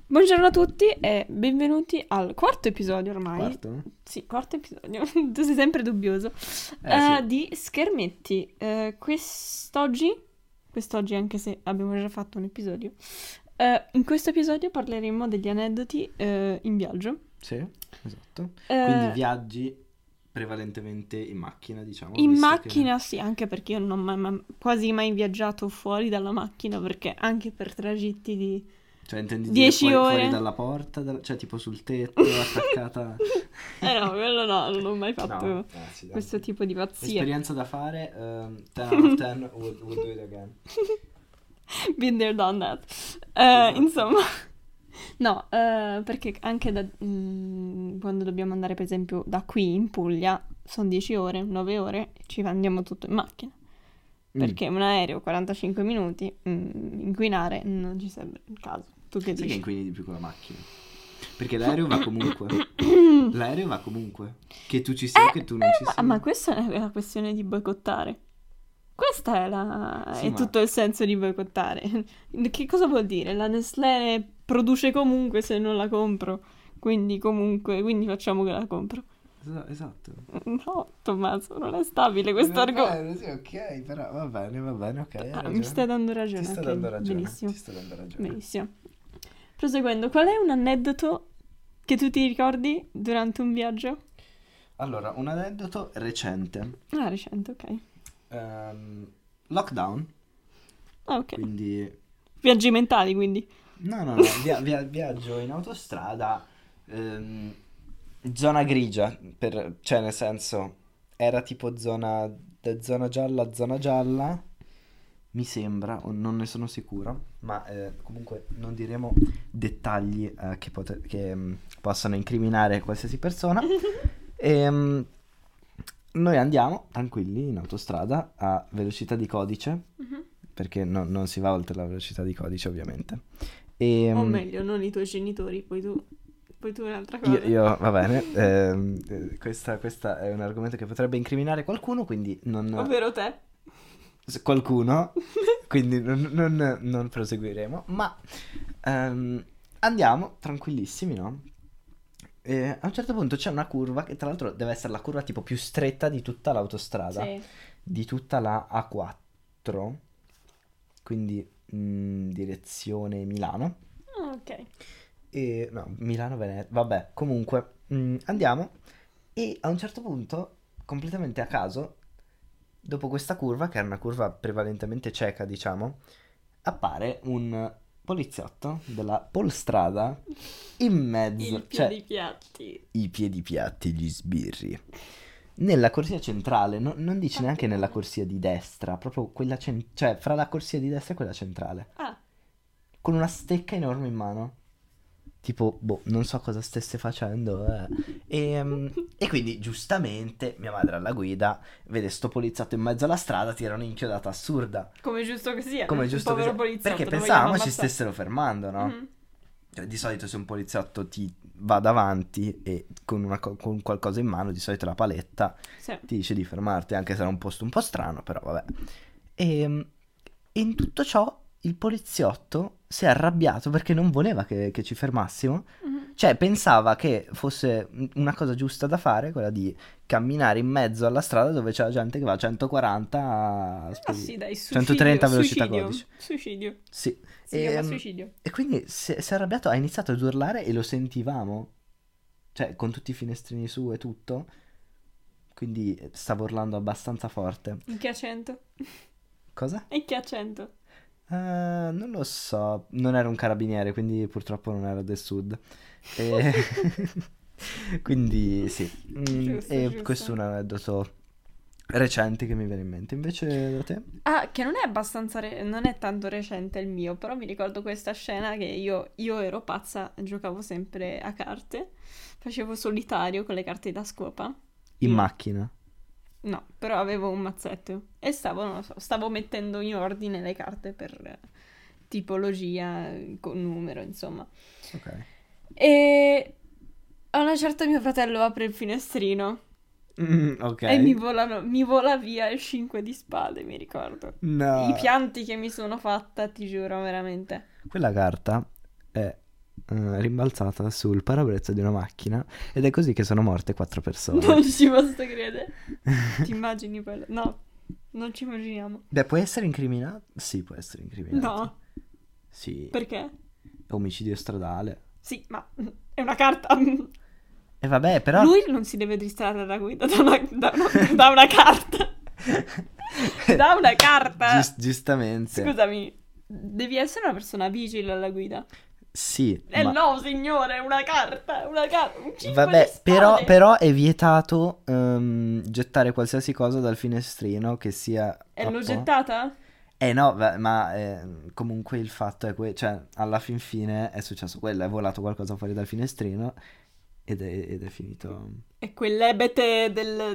Buongiorno a tutti e benvenuti al quarto episodio ormai. Quarto? Sì, quarto episodio. Tu sei sempre dubbioso. Sì. Di Schermetti. Quest'oggi anche se abbiamo già fatto un episodio, in questo episodio parleremo degli aneddoti in viaggio. Sì, esatto. Quindi Eh, viaggi prevalentemente in macchina, diciamo, In visto che... macchina sì, anche perché io non ho quasi mai viaggiato fuori dalla macchina, perché anche per tragitti di Cioè, intendi dire 10 fuori ore. dalla porta, cioè tipo sul tetto, attaccata... No, quello no, non ho mai No, fatto sì, dai. questo tipo di pazzie. Esperienza da fare, 10 out of 10, would do it again. Been there, done that. Esatto. Insomma, no, perché anche quando dobbiamo andare, per esempio, da qui in Puglia, sono 10 ore, 9 ore, e ci andiamo tutto in macchina. Mm. Perché un aereo, 45 minuti, inquinare non ci sembra il caso. Tu che Sai che dici? inquini di più con la macchina? Perché l'aereo va comunque. L'aereo va comunque. Che tu ci sia o che tu non ci Ma sia. questa è la questione di boicottare. Questa Sì, è ma... tutto il senso di boicottare. Che cosa vuol dire? La Nestlé produce comunque se non la compro. Quindi comunque, quindi facciamo che la compro. Esatto. No, Tommaso, non è stabile questo Va argomento. bene, sì, ok, però va bene, ok, hai Mi stai ragione. dando Ti ragione, sto ok, dando ragione, benissimo. ti sto dando ragione. Benissimo. Proseguendo, qual è un aneddoto che tu ti ricordi durante un viaggio? Allora, un aneddoto recente. Ah, recente, ok. Lockdown, Ah, ok. quindi... Viaggi mentali, quindi. No, viaggio in autostrada, zona grigia, cioè nel senso, era tipo zona gialla, mi sembra, o non ne sono sicuro, ma comunque non diremo dettagli che possano incriminare qualsiasi persona. Noi andiamo tranquilli in autostrada a velocità di codice, Mhm. perché non si va oltre la velocità di codice ovviamente. O E meglio, non i tuoi genitori, poi tu un'altra cosa. va bene, questa è un argomento che potrebbe incriminare qualcuno, quindi non... Ovvero te. qualcuno, quindi non proseguiremo, ma andiamo tranquillissimi, no? E a un certo punto c'è una curva che tra l'altro deve essere la curva tipo più stretta di tutta l'autostrada, Sì. di tutta la A4, quindi direzione Milano. Ah, ok. E no, Milano-Veneto, vabbè, comunque andiamo e a un certo punto, completamente a caso, dopo questa curva, che era una curva prevalentemente cieca, diciamo, appare un poliziotto della Polstrada in Il mezzo, cioè piedi-piatti. i piedi piatti, gli sbirri, nella corsia centrale, non dice neanche nella Attenzione. corsia di destra, proprio quella, cioè fra la corsia di destra e quella centrale, Ah, con una stecca enorme in mano. Tipo, boh, non so cosa stesse facendo. E quindi, giustamente, mia madre alla guida vede sto poliziotto in mezzo alla strada, tira un'inchiodata assurda. come giusto che sia. Come è Il giusto che povero sia. Perché poliziotto, lo vogliamo pensavamo ci ammazzare. stessero fermando, no? Mhm. Cioè, di solito se un poliziotto ti va davanti e con, con qualcosa in mano, di solito la paletta, Sì. ti dice di fermarti, anche se era un posto un po' strano, però vabbè. E, e in tutto ciò il poliziotto si è arrabbiato perché non voleva che ci fermassimo. Mhm. Cioè, pensava che fosse una cosa giusta da fare, quella di camminare in mezzo alla strada dove c'è la gente che va a 140, Ah sì, dai, 130 velocità suicidio. codice. Suicidio. Sì. Si chiama suicidio. E quindi si è arrabbiato, ha iniziato ad urlare e lo sentivamo. Cioè, con tutti i finestrini su e tutto. Quindi stavo urlando abbastanza forte. In che accento? Cosa? In che accento? Non lo so, non era un carabiniere, quindi purtroppo non era del sud. E... quindi sì. Giusto, E questo è giusto. un aneddoto recente che mi viene in mente. Invece da te? Ah, che non è abbastanza, non è tanto recente il mio, però mi ricordo questa scena che io ero pazza, giocavo sempre a carte, facevo solitario con le carte da scopa. In Io macchina. no, però avevo un mazzetto e non lo so, stavo mettendo in ordine le carte per tipologia, con numero, insomma. Ok. E a una certa mio fratello apre il finestrino Ok. e mi vola via il 5 di spade, mi ricordo. I No. pianti che mi sono fatta, ti giuro, veramente. Quella carta è rimbalzata sul parabrezza di una macchina ed è così che sono morte 4 persone. Non ci posso credere. Ti immagini quello? No, non ci immaginiamo. Beh, può essere incriminato? Sì, può essere incriminato. No, Sì, perché? omicidio stradale. Sì, ma è una carta. E vabbè, però... Lui non si deve distrarre alla guida da una carta. Da una carta. Giustamente. Scusami, devi essere una persona vigile alla guida. Sì, ma... No, signore, una carta, un cinque Vabbè, di spade. però è vietato gettare qualsiasi cosa dal finestrino che sia... E l'ho gettata? No, ma comunque il fatto è cioè, alla fin fine è successo quello, è volato qualcosa fuori dal finestrino ed è finito... E quell'ebete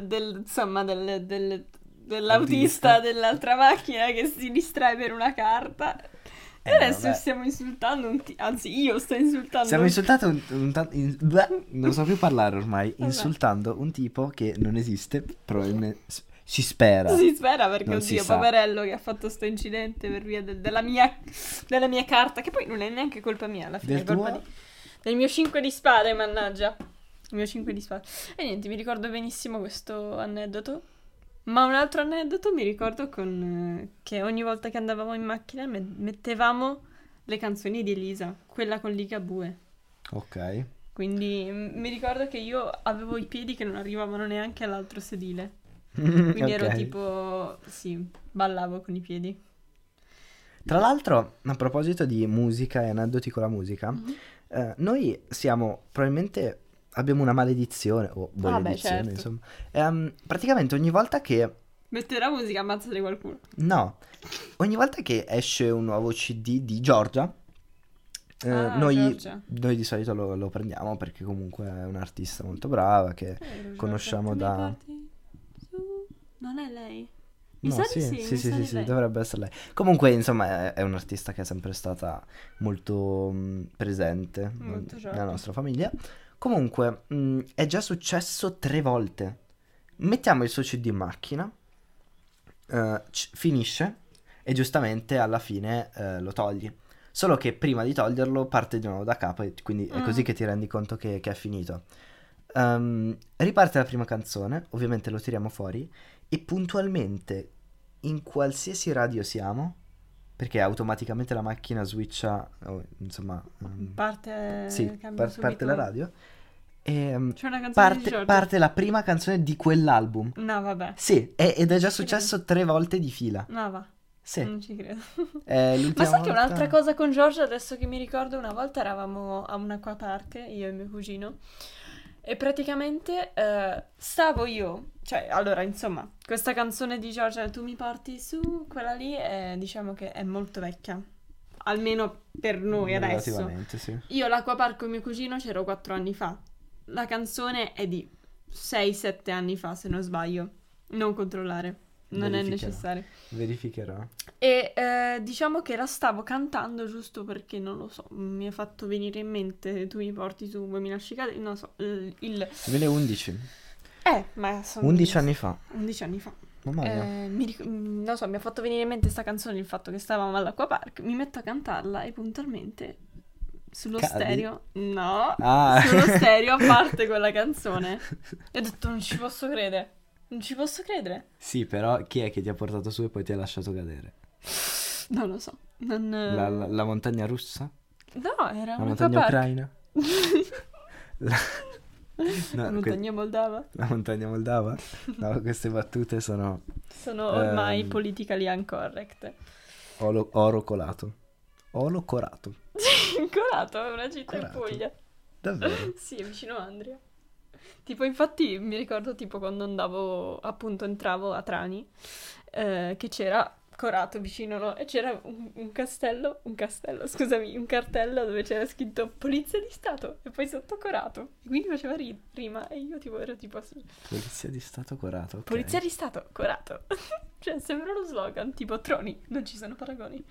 dell'autista dell'altra macchina che si distrae per una carta. E adesso vabbè. stiamo insultando anzi, io sto insultando. Stiamo insultando non so più parlare ormai, Vabbè. insultando un tipo che non esiste, probabilmente si spera. Si spera perché, Non si oddio, sa. poverello che ha fatto sto incidente per via della mia carta, che poi non è neanche colpa mia, alla fine Del è colpa tuo? del mio 5 di spade, mannaggia. Il mio 5 di spade. E niente, mi ricordo benissimo questo aneddoto. Ma un altro aneddoto mi ricordo che ogni volta che andavamo in macchina mettevamo le canzoni di Elisa, quella con Ligabue. Ok. Quindi mi ricordo che io avevo i piedi che non arrivavano neanche all'altro sedile. Quindi ero Ok. tipo, sì, ballavo con i piedi. Tra l'altro, a proposito di musica e aneddoti con la musica, noi probabilmente abbiamo una maledizione, o benedizione, certo. insomma. Praticamente ogni volta che, Mettere la musica, ammazzare qualcuno. no, ogni volta che esce un nuovo CD di Giorgia, noi Giorgia. di solito lo prendiamo perché comunque è un'artista molto brava che conosciamo Giorgia, da... tu mi porti su? Non è lei? Mi No, sa sì, di sì, mi sì, sa sì, di sì, lei. dovrebbe essere lei. Comunque, insomma, è un'artista che è sempre stata molto presente Molto nella giovane. nostra famiglia. Comunque, è già successo 3 volte. Mettiamo il suo CD in macchina, finisce e giustamente alla fine lo togli. Solo che prima di toglierlo parte di nuovo da capo e quindi è così che ti rendi conto che è finito. Riparte la prima canzone, ovviamente lo tiriamo fuori e puntualmente in qualsiasi radio siamo, perché automaticamente la macchina switcha, insomma, Parte, sì, cambia parte subito. la radio e C'è una canzone di parte, Giorgia. parte la prima canzone di quell'album. No, vabbè. Sì, ed è già Ci successo 3 volte di fila. No, va. Sì, Non ci credo. l'ultima Ma sai che volta... un'altra cosa con Giorgia, adesso che mi ricordo, una volta eravamo a un acquapark, io e mio cugino, e praticamente stavo io, cioè, allora, insomma, questa canzone di Giorgia, Tu mi porti su, quella lì, diciamo che è molto vecchia, almeno per noi adesso. Relativamente, sì. Io all'acquapark con mio cugino c'ero 4 anni fa, la canzone è di 6-7 anni fa, se non sbaglio, non controllare. Non è Verificherò. necessario. Verificherò. E diciamo che la stavo cantando giusto perché, non lo so, mi ha fatto venire in mente Tu mi porti su, vuoi mi lasci cadere, non so, il... 2011, ma sono... 11 anni fa. 11 anni fa. Mamma mia. Non lo so, mi ha fatto venire in mente sta canzone il fatto che stavamo all'acquapark, mi metto a cantarla e puntualmente sullo Cadi? stereo, no, Ah. sullo stereo, a parte quella canzone, e ho detto non ci posso credere. Non ci posso credere. Sì, però chi è che ti ha portato su e poi ti ha lasciato cadere? Non lo so. Non... La montagna russa? No, era La un montagna acquapark. ucraina? La... La No, montagna moldava. la montagna moldava? No, queste battute sono Sono ormai Ehm. politically incorrect. oro colato. Oro corato. Corato è una città in Corato. Puglia. Davvero? Sì, è vicino a Andria. Tipo, infatti, mi ricordo tipo quando entravo a Trani, che c'era Corato vicino, no? E c'era un scusami, un cartello dove c'era scritto Polizia di Stato e poi sotto Corato. E quindi faceva rima e io tipo ero tipo Polizia di Stato corato, ok. Polizia di Stato, Corato. Cioè, sembra uno slogan, tipo Troni, non ci sono paragoni.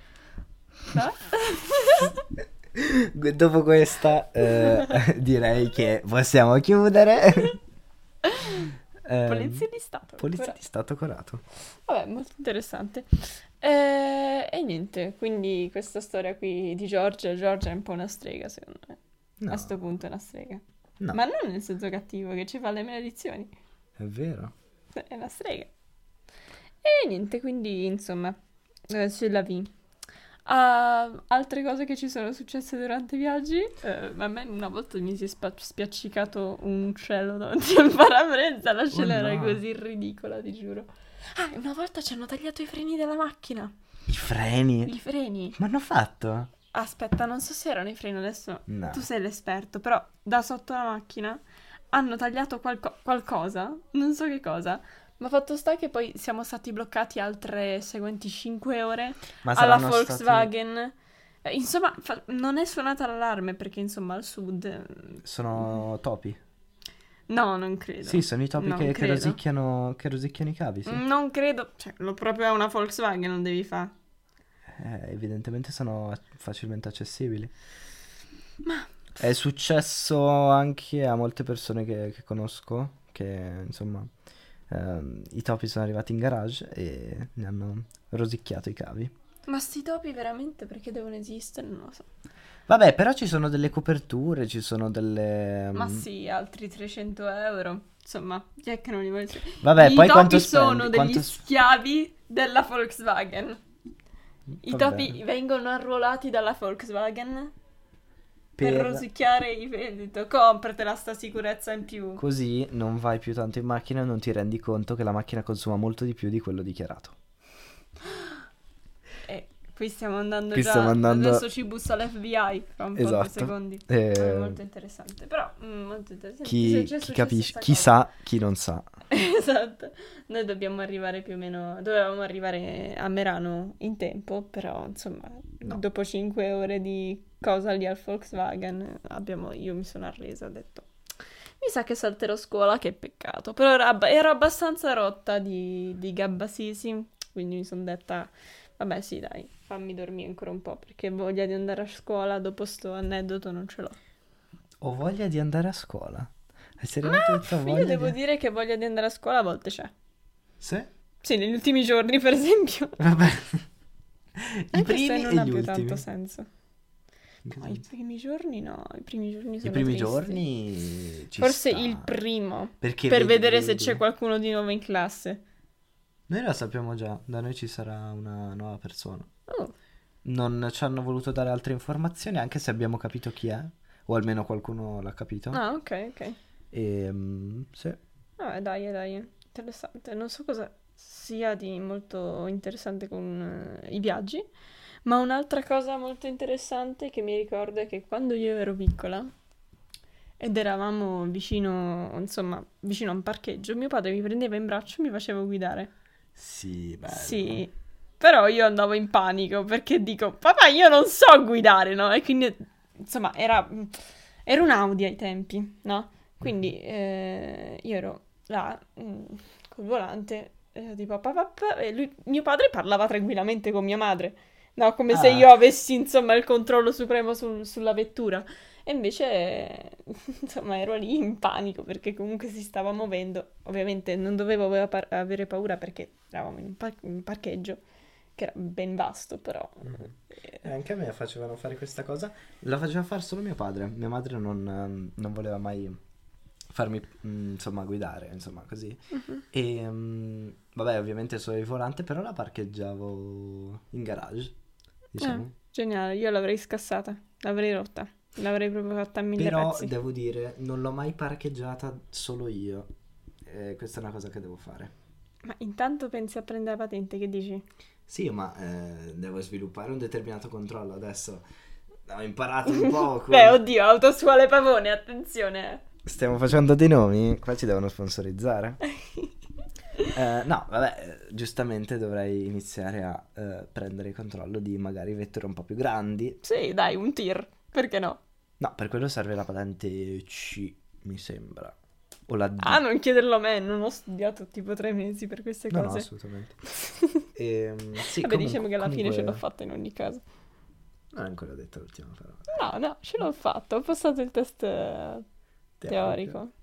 Dopo questa direi che possiamo chiudere. Polizia di Stato. Polizia Corato. di Stato corato. Vabbè, molto interessante. E niente, quindi questa storia qui di Giorgia è un po' una strega, secondo me. A No, sto punto è una strega. no, Ma non nel senso cattivo, che ci fa le maledizioni. è vero. È una strega. E niente, quindi insomma, c'est la vie. Altre cose che ci sono successe durante i viaggi. A me una volta mi si è spiaccicato un uccello davanti al parabrezza. La scena era no. così ridicola, ti giuro. Ah, una volta ci hanno tagliato i freni della macchina. I freni? I freni. Ma hanno fatto? Aspetta, non so se erano i freni adesso. No. Tu sei l'esperto, però da sotto la macchina hanno tagliato qualcosa, non so che cosa. Ma fatto sta che poi siamo stati bloccati altre seguenti 5 ore Ma alla saranno stati... Volkswagen. Insomma, non è suonata l'allarme perché insomma al sud... Sono topi? No, non credo. Sì, sono i topi Non che credo. rosicchiano i cavi, sì. Non credo, cioè, lo proprio a una Volkswagen non devi fare. Evidentemente sono facilmente accessibili. Ma È successo anche a molte persone che conosco, che insomma i topi sono arrivati in garage e ne hanno rosicchiato i cavi. sti topi veramente perché devono esistere? Non lo so. Vabbè, però ci sono delle coperture, ci sono delle... Ma sì, altri 300 euro. Insomma, chi è che non li vuole? Vabbè, I poi topi quanto sono spendi? degli Quanto... schiavi della Volkswagen. I Va topi bene. vengono arruolati dalla Volkswagen per Per... rosicchiare i vendito. Compratela sta sicurezza in più. Così non vai più tanto in macchina e non ti rendi conto che la macchina consuma molto di più di quello dichiarato. E qui stiamo andando Qui già. stiamo andando- Adesso ci bussa l'FBI fra un po' di Esatto. secondi. Eh, È molto interessante. Però, molto interessante. chi Se c'è successo capisce, sta chi cosa. sa, chi non sa. Esatto, noi dobbiamo arrivare più o meno, dovevamo arrivare a Merano in tempo, però insomma, No. dopo 5 ore di cosa lì al Volkswagen, io mi sono arresa, ho detto, mi sa che salterò scuola, che peccato, però ero abbastanza rotta di gabbasisi, quindi mi sono detta, vabbè sì dai, fammi dormire ancora un po', perché voglia di andare a scuola dopo sto aneddoto non ce l'ho. Ho voglia di andare a scuola. Hai seriamente detto Io voglia devo di... dire che voglia di andare a scuola a volte c'è. Sì? Sì, negli ultimi giorni, per esempio. Vabbè. I Anche primi se e non ha gli più ultimi. tanto senso. In che No, i senso? primi giorni no, i primi giorni I sono primi tristi. giorni ci Forse sta. il primo, Perché per vedi- vedere se vedi. c'è qualcuno di nuovo in classe. Noi lo sappiamo già, da noi ci sarà una nuova persona. Oh, Non ci hanno voluto dare altre informazioni, anche se abbiamo capito chi è, o almeno qualcuno l'ha capito. ah, ok, ok. E sì. Vabbè, dai, interessante. Non so cosa sia di molto interessante con i viaggi, ma un'altra cosa molto interessante che mi ricordo è che quando io ero piccola ed eravamo vicino, insomma, vicino a un parcheggio, mio padre mi prendeva in braccio e mi faceva guidare. Sì, bello. Sì, però io andavo in panico perché dico, papà, io non so guidare, no? E quindi, insomma, era un Audi ai tempi, no? Quindi io ero là col volante, tipo papà, e mio padre parlava tranquillamente con mia madre, no? Come se Ah. io avessi, insomma, il controllo supremo sulla vettura. E invece, insomma, ero lì in panico perché comunque si stava muovendo. Ovviamente non dovevo avere paura perché eravamo in un parcheggio che era ben vasto, però... Anche a me facevano fare questa cosa. La faceva fare solo mio padre. Mia madre non voleva mai farmi, insomma, guidare, insomma, così. E, vabbè, ovviamente solo il volante, però la parcheggiavo in garage, diciamo. Geniale, io l'avrei scassata, l'avrei rotta, l'avrei proprio fatta a mille Però pezzi. devo dire, non l'ho mai parcheggiata solo io. Questa è una cosa che devo fare. Ma intanto pensi a prendere la patente, che dici? Sì, ma devo sviluppare un determinato controllo. Adesso ho imparato un po'. Beh, oddio, autoscuole Pavone, attenzione. Stiamo facendo dei nomi? Qua ci devono sponsorizzare. No, vabbè, giustamente dovrei iniziare a prendere il controllo di magari vetture un po' più grandi. Sì, dai, un tir, perché no? No, per quello serve la patente C, mi sembra. O la D. Ah, non chiederlo a me, non ho studiato tipo 3 mesi per queste No, no, cose. assolutamente. Sì, Vabbè, diciamo che alla fine ce l'ho comunque- fatta in ogni caso. Non ho ancora detto l'ultima parola. No, ce l'ho fatto, ho passato il test teorico.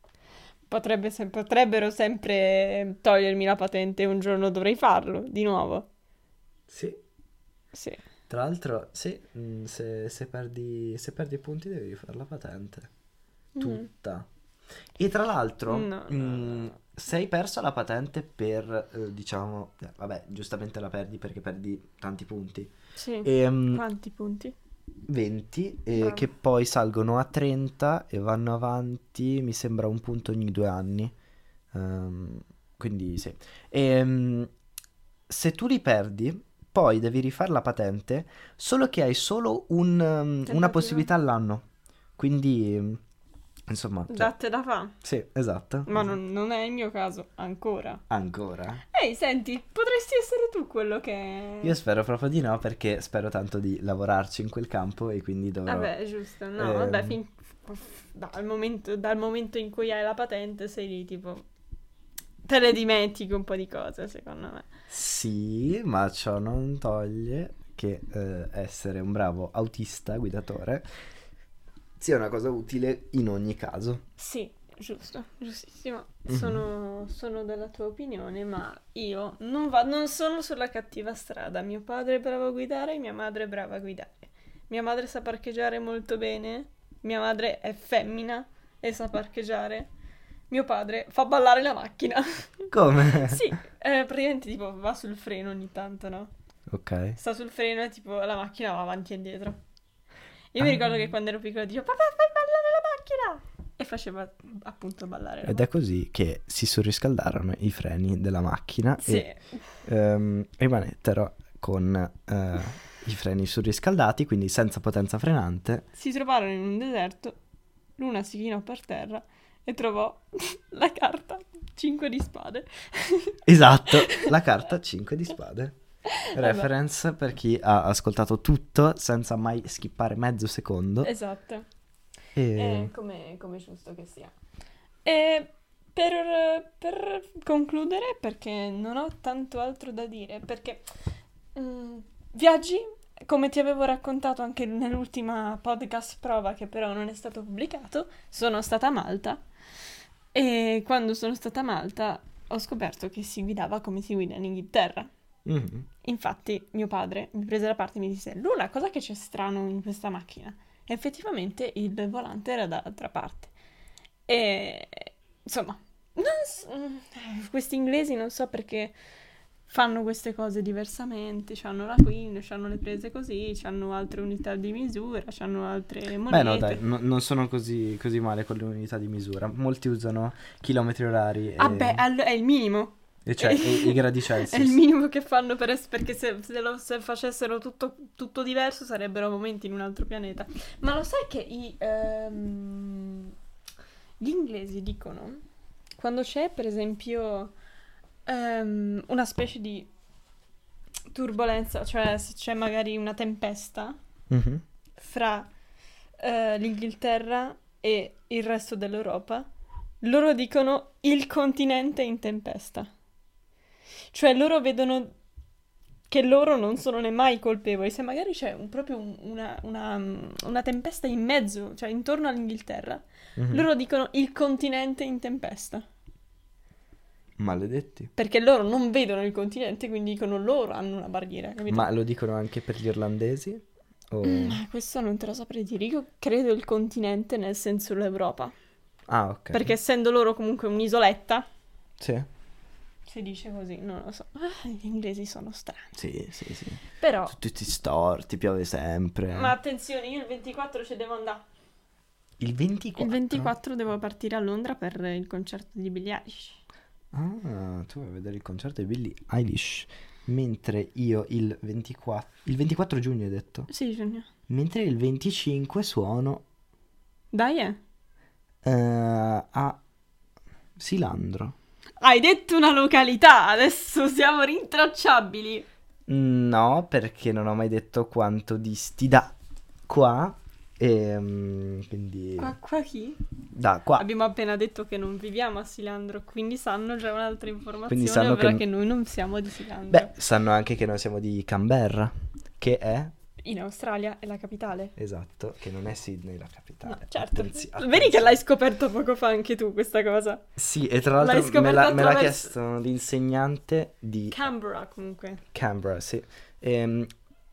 Potrebbero sempre togliermi la patente, un giorno dovrei farlo, di nuovo. Sì. Sì. Tra l'altro, sì, se perdi punti devi fare la patente. Mm. Tutta. E tra l'altro, No, no, no. se hai perso la patente per, diciamo, vabbè, giustamente la perdi perché perdi tanti punti. Sì. E, Quanti punti? 20, Bravo. che poi salgono a 30 e vanno avanti, mi sembra un punto ogni 2 anni. Quindi sì. Se tu li perdi, poi devi rifare la patente, solo che hai solo una Tentativo. possibilità all'anno. Quindi, insomma, cioè, Datte da fa. sì, esatto. Ma non è il mio caso, ancora. Ancora? Ehi, senti, potresti essere tu quello che... Io spero proprio di no, perché spero tanto di lavorarci in quel campo e quindi dovrò... Vabbè, giusto, no, vabbè, ehm, dal momento in cui hai la patente sei lì, tipo, te le dimentichi un po' di cose, secondo me. Sì, ma ciò non toglie che essere un bravo autista guidatore sia una cosa utile in ogni caso. Sì, giusto, giustissimo. Mhm. Sono della tua opinione, ma io non sono sulla cattiva strada. Mio padre è bravo a guidare, mia madre è brava a guidare. Mia madre sa parcheggiare molto bene, mia madre è femmina e sa parcheggiare. Mio padre fa ballare la macchina. Come? Sì, praticamente tipo va sul freno ogni tanto, no? Ok. Sta sul freno e tipo la macchina va avanti e indietro. Io mi Ah, ricordo che quando ero piccola dicevo papà fai ballare la macchina! E faceva appunto ballare la ed è macchina. così che si surriscaldarono i freni della macchina Sì, e rimanettero con i freni surriscaldati, quindi senza potenza frenante. si trovarono in un deserto, Luna si chinò per terra e trovò la carta 5 di spade. Esatto, la carta 5 di spade. Vabbè, Reference per chi ha ascoltato tutto senza mai skippare mezzo secondo. esatto. E... Come giusto che sia. E per concludere, perché non ho tanto altro da dire, perché viaggi, come ti avevo raccontato anche nell'ultima podcast prova, che però non è stato pubblicato, sono stata a Malta e quando sono stata a Malta ho scoperto che si guidava come si guida in Inghilterra. Mhm. Infatti mio padre mi prese da parte e mi disse: Luna, cosa che c'è strano in questa macchina? E effettivamente il volante era dall'altra parte. E insomma, questi inglesi non so perché fanno queste cose diversamente. Hanno la Queen, hanno le prese così, hanno altre unità di misura, hanno altre Beh, no, dai, monete. non sono così male con le unità di misura. Molti usano chilometri orari Ah beh, è il minimo. e cioè, i gradi È il Celsius. minimo che fanno perché se facessero tutto diverso sarebbero momenti in un altro pianeta. Ma lo sai che gli inglesi dicono, quando c'è per esempio una specie di turbolenza, cioè se c'è magari una tempesta Mhm. fra l'Inghilterra e il resto dell'Europa, loro dicono il continente in tempesta. Cioè loro vedono che loro non sono né mai colpevoli. Se magari c'è una tempesta in mezzo, cioè intorno all'Inghilterra, Mhm. loro dicono il continente in tempesta. Maledetti. Perché loro non vedono il continente, quindi dicono loro hanno una barriera, capito? Ma lo dicono anche per gli irlandesi? O... Questo non te lo saprei dire. Io credo il continente nel senso l'Europa. Ah, ok. Perché essendo loro comunque un'isoletta, Sì, si dice così, non lo so. Gli inglesi sono strani. sì, sì, sì. Però, Tutti storti, piove sempre. ma attenzione, io il 24 ci devo andare. Il 24? Il 24 devo partire a Londra per il concerto di Billie Eilish. Ah, tu vai a vedere il concerto di Billie Eilish. Mentre io il 24... Il 24 giugno hai detto? Sì, Giugno. Mentre il 25 suono Dai, a Silandro. Hai detto una località, adesso siamo rintracciabili. No, perché non ho mai detto quanto disti da qua. Quindi... Qua chi? Da qua. Abbiamo appena detto che non viviamo a Silandro, quindi sanno già un'altra Quindi informazione, sanno ovvero che... che noi non siamo di Silandro. Beh, sanno anche che noi siamo di Canberra, che è... In Australia è la capitale. Esatto, che non è Sydney la No, capitale. certo. Attenzione. Vedi che l'hai scoperto poco fa anche tu questa cosa. Sì, e tra L'hai l'altro me scoperta l'ha attraverso- chiesto l'insegnante di Canberra comunque. Canberra, sì. Tra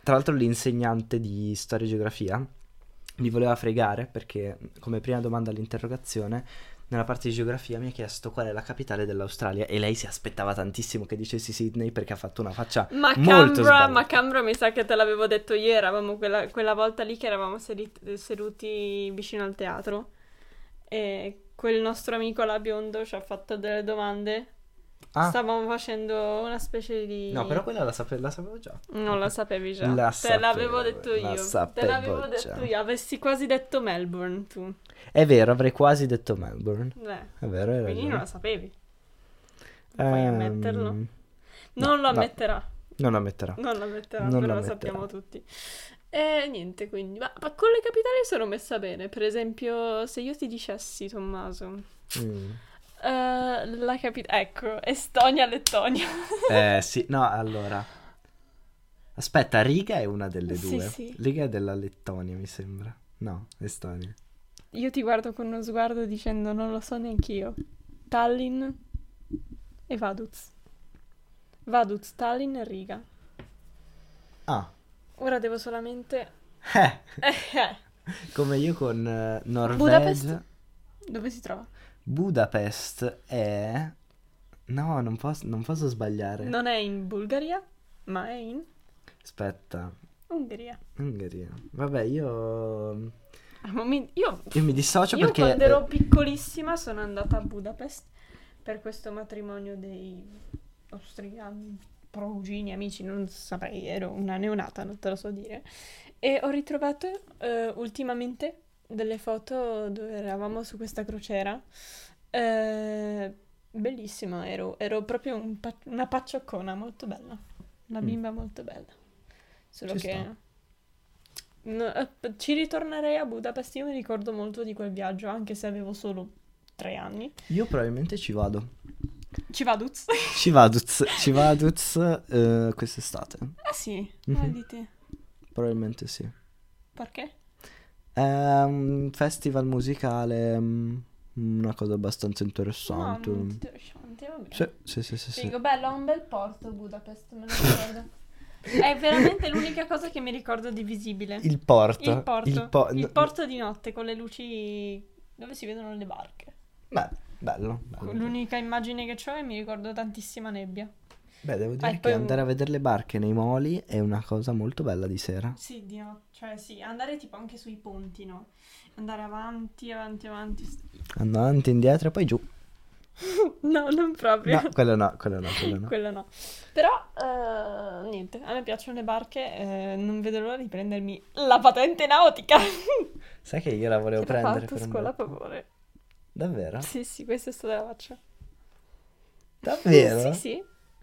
tra l'altro l'insegnante di storia e geografia mi voleva fregare perché come prima domanda all'interrogazione nella parte di geografia mi ha chiesto qual è la capitale dell'Australia e lei si aspettava tantissimo che dicessi Sydney perché ha fatto una faccia molto sbagliata. Ma Canberra mi sa che te l'avevo detto io, eravamo quella volta lì che eravamo seduti vicino al teatro e quel nostro amico là biondo ci ha fatto delle domande. Ah, Stavamo facendo una specie di... no, però quella la sapevo già. Non la sapevi già. La Te l'avevo sapevo, detto la io. Te sapevo l'avevo già. detto io. Avessi quasi detto Melbourne tu. È vero, avrei quasi detto Melbourne. È vero, hai Quindi non la ragione. sapevi. Puoi ammetterlo? No, Non lo no, ammetterà. non lo ammetterà. Non lo ammetterà, Non però lo lo sappiamo ammetterà. tutti. E niente, quindi. Ma con le capitali sono messa bene. Per esempio, se io ti dicessi, Tommaso, Mm. la capitale. Ecco, Estonia, Lettonia. Sì, no, allora. Aspetta, Riga è una delle Sì, due. sì. Riga è della Lettonia, mi sembra. No, Estonia. Io ti guardo con uno sguardo dicendo non lo so neanch'io. Tallinn e Vaduz. Vaduz, Tallinn e Riga. Ah, Ora devo solamente... eh, Eh. come io con Norvegia. Budapest? Dove si trova? Budapest è... No, non posso sbagliare. Non è in Bulgaria, ma è in Aspetta, Ungheria. Ungheria. Vabbè, io Io mi dissocio Io perché... quando ero piccolissima sono andata a Budapest per questo matrimonio dei austriani, progini, amici, non saprei, ero una neonata, non te lo so dire. E ho ritrovato ultimamente delle foto dove eravamo su questa crociera. Bellissima, ero proprio una paccioccona molto bella, una Mm, bimba molto bella. Solo ci che sta. ci ritornerei a Budapest. Io mi ricordo molto di quel viaggio, anche se avevo solo 3 anni. Io probabilmente ci vado. Civaduz. Ci vaduz quest'estate. Ah sì, Mhm, dite. probabilmente sì. Perché? È un festival musicale, una cosa abbastanza No, interessante. molto interessante, vabbè. Sì. Figo, bello, ha un bel porto Budapest, me lo ricordo. È veramente l'unica cosa che mi ricordo di visibile. Il porto. Il porto. Il no, porto di notte con le luci dove si vedono le barche. beh, bello. L'unica immagine che ho e mi ricordo tantissima nebbia. Beh, devo E dire che poi andare a vedere le barche nei moli è una cosa molto bella di sera. sì, cioè sì, andare tipo anche sui ponti, no? Andare avanti. Andando avanti, indietro e poi giù. No, non proprio. No, quello no. Quello no. Però, niente, a me piacciono le barche, non vedo l'ora di prendermi la patente nautica. Sai che io la volevo Che l'ho prendere fatto per a un scuola a bel po'. favore. Davvero? Sì, questa è stata la faccia. Davvero? Sì.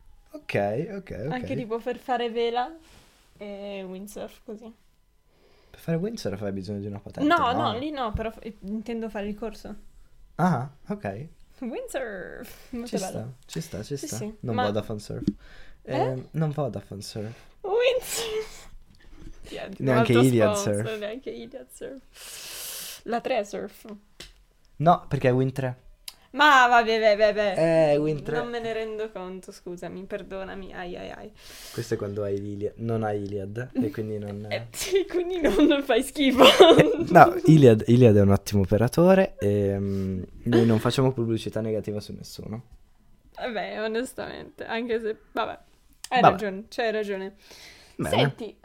Ok. Anche tipo per fare vela e windsurf così. Per fare windsurf hai bisogno di una patente? No, lì no, però intendo fare il corso. Ah, ok. Windsurf, molto bello. Ci sta. Sì, Non ma... vado a fansurf. Non vado a fansurf. Windsurf. Niente, un Neanche altro Iliad sponsor, Surf. neanche Iliad Surf. La 3 surf. No, perché è Win 3. Ma vabbè. Win 3. Non me ne rendo conto, scusami, perdonami. Ai. Questo è quando hai l'Iliad. Non hai Iliad. E quindi non... Sì, quindi non fai schifo. No, Iliad è un ottimo operatore e noi non facciamo pubblicità negativa su nessuno. Vabbè, onestamente, anche se... Vabbè, hai Vabbè. ragione, c'hai ragione. Bene. Senti,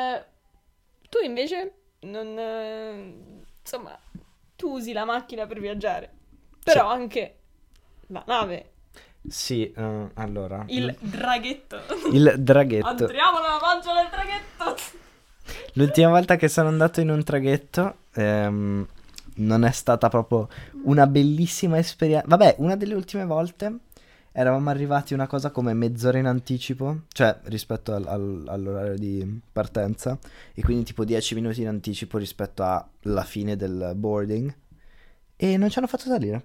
tu invece non... insomma, tu usi la macchina per viaggiare, però anche la nave, Sì, allora... il draghetto. Il draghetto. Entriamo nella pancia del draghetto. L'ultima volta che sono andato in un traghetto non è stata proprio una bellissima esperienza. Vabbè, una delle ultime volte eravamo arrivati una cosa come mezz'ora in anticipo, cioè rispetto all'orario di partenza, e quindi tipo 10 minuti in anticipo rispetto alla fine del boarding, e non ci hanno fatto salire.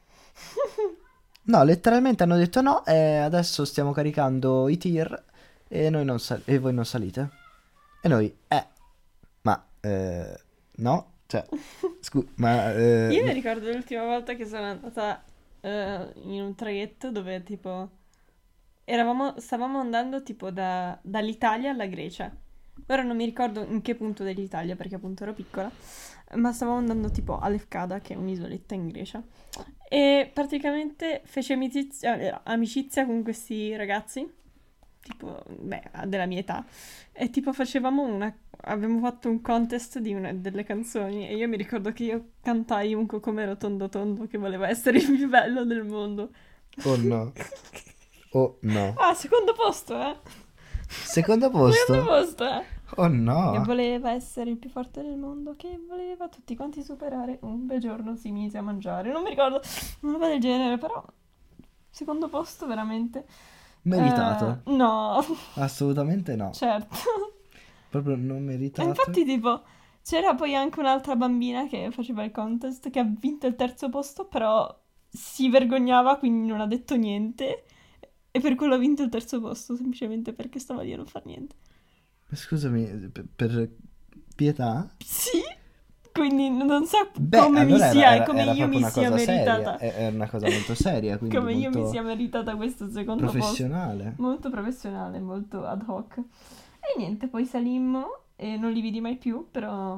No, letteralmente hanno detto no, adesso stiamo caricando i tir e noi e voi non salite. E noi, ma no, cioè, ma Io mi ricordo l'ultima volta che sono andata in un traghetto dove tipo stavamo andando tipo dall'Italia alla Grecia Ora non mi ricordo in che punto dell'Italia, perché appunto ero piccola, ma stavamo andando tipo a Lefkada, che è un'isoletta in Grecia, e praticamente feci amicizia con questi ragazzi, tipo, beh, della mia età, e tipo avevamo fatto un contest di una delle canzoni, e io mi ricordo che io cantai un cocomero tondo tondo che voleva essere il più bello del mondo. Oh no. Oh no. Ah, secondo posto, eh? Secondo Secondo posto? posto, eh? Oh Che no. voleva essere il più forte del mondo, che voleva tutti quanti superare. Un bel giorno si mise a mangiare. Non mi ricordo una roba del genere, però secondo posto veramente. Meritato. No, Assolutamente no. certo. Proprio non E meritato. infatti tipo c'era poi anche un'altra bambina che faceva il contest che ha vinto il terzo posto, però si vergognava, quindi non ha detto niente. E per quello ha vinto il terzo posto, semplicemente perché stava lì a non far niente. Scusami, per pietà? Sì, quindi non so Beh, come mi allora sia, come era io proprio mi una sia cosa seria. meritata, È una cosa molto seria, quindi come io mi molto sia meritata questo secondo posto, professionale. molto professionale, molto ad hoc. E niente, poi salimmo e non li vidi mai più, però.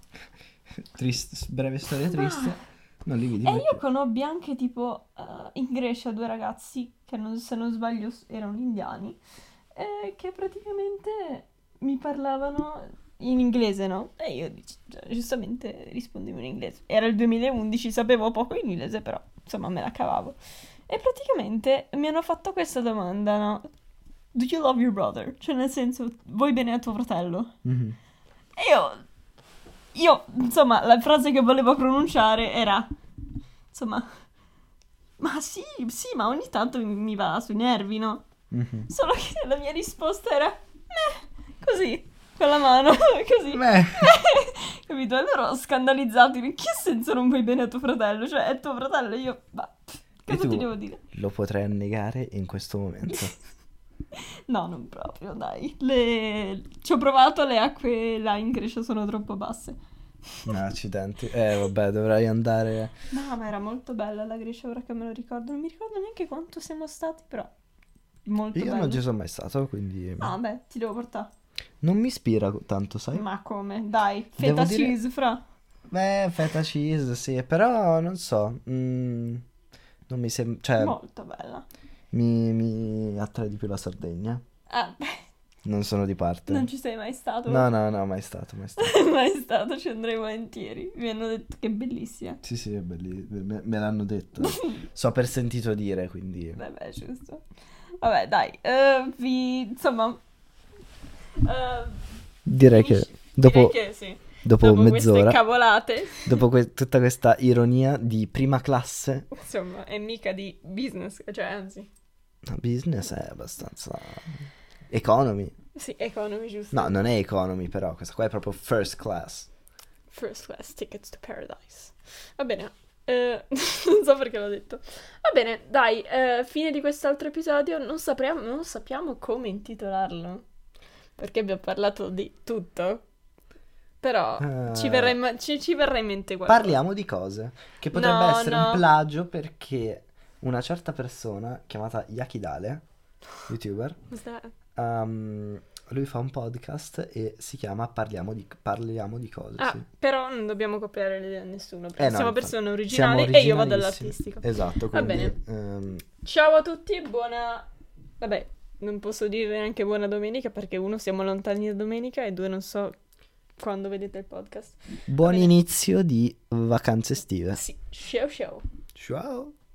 Breve storia triste. Ah, Non li vidi e mai io più. conobbi anche tipo in Grecia due ragazzi che se non sbaglio erano indiani, che praticamente mi parlavano in inglese, no? E io giustamente rispondevo in inglese. Era il 2011, sapevo poco in inglese, però insomma me la cavavo. E praticamente mi hanno fatto questa domanda, no? Do you love your brother? Cioè nel senso, vuoi bene a tuo fratello? Mhm. E io, insomma, la frase che volevo pronunciare era, insomma, ma sì, sì, ma ogni tanto mi va sui nervi, no? Mhm. Solo che la mia risposta era, così, con la mano, così. Beh, Capito? E loro scandalizzati, in che senso non vuoi bene a tuo fratello? Cioè, è tuo fratello, io, ma, e cosa ti tu devo dire? lo potrai annegare in questo momento. No, non proprio, dai. Ci ho provato, le acque là in Grecia sono troppo basse. No, accidenti. Vabbè, dovrai andare. No, ma era molto bella la Grecia, ora che me lo ricordo. Non mi ricordo neanche quanto siamo stati, però molto Io bello. non ci sono mai stato, quindi Ah, beh, ti devo portare. non mi ispira tanto, sai? Ma come? Dai, Devo feta dire- cheese, fra. Beh, feta cheese, sì, però non so. Non mi sembra. Cioè, Molto bella. mi attrae di più la Sardegna. Ah, beh, Non sono di parte. non ci sei mai stato? No, no, no, mai stato, mai stato. Mai stato, ci andrei volentieri. Mi hanno detto che è bellissima. Sì, sì, è bellissimo. Me l'hanno detto. So per sentito dire, quindi. Vabbè, giusto. Vabbè, dai, insomma, Direi che finisci- dopo, direi che sì. dopo Dopo queste mezz'ora, cavolate, dopo tutta questa ironia di prima classe, insomma, è mica di business, cioè, anzi, business è abbastanza economy. sì, economy, giusto. No, non è economy, però questa qua è proprio first class. First class tickets to paradise. Va bene, non so perché l'ho detto. Va bene, dai, fine di quest'altro episodio. Non sappiamo come intitolarlo, perché abbiamo parlato di tutto. Però ci verrà in mente qualcosa. Parliamo di cose che potrebbe No, essere no. un plagio perché una certa persona chiamata Yakidale, youtuber, What's that? lui fa un podcast e si chiama Parliamo di cose, Ah, sì. però non dobbiamo copiare le idee a nessuno, perché No, siamo infatti. persone Siamo originali e io vado originalissimi. all'artistico. Esatto, Va quindi bene. Ciao a tutti, buona. Vabbè, non posso dire neanche buona domenica perché uno siamo lontani da domenica e due non so quando vedete il podcast. buon bene. inizio di vacanze estive. Sì, ciao ciao. Ciao.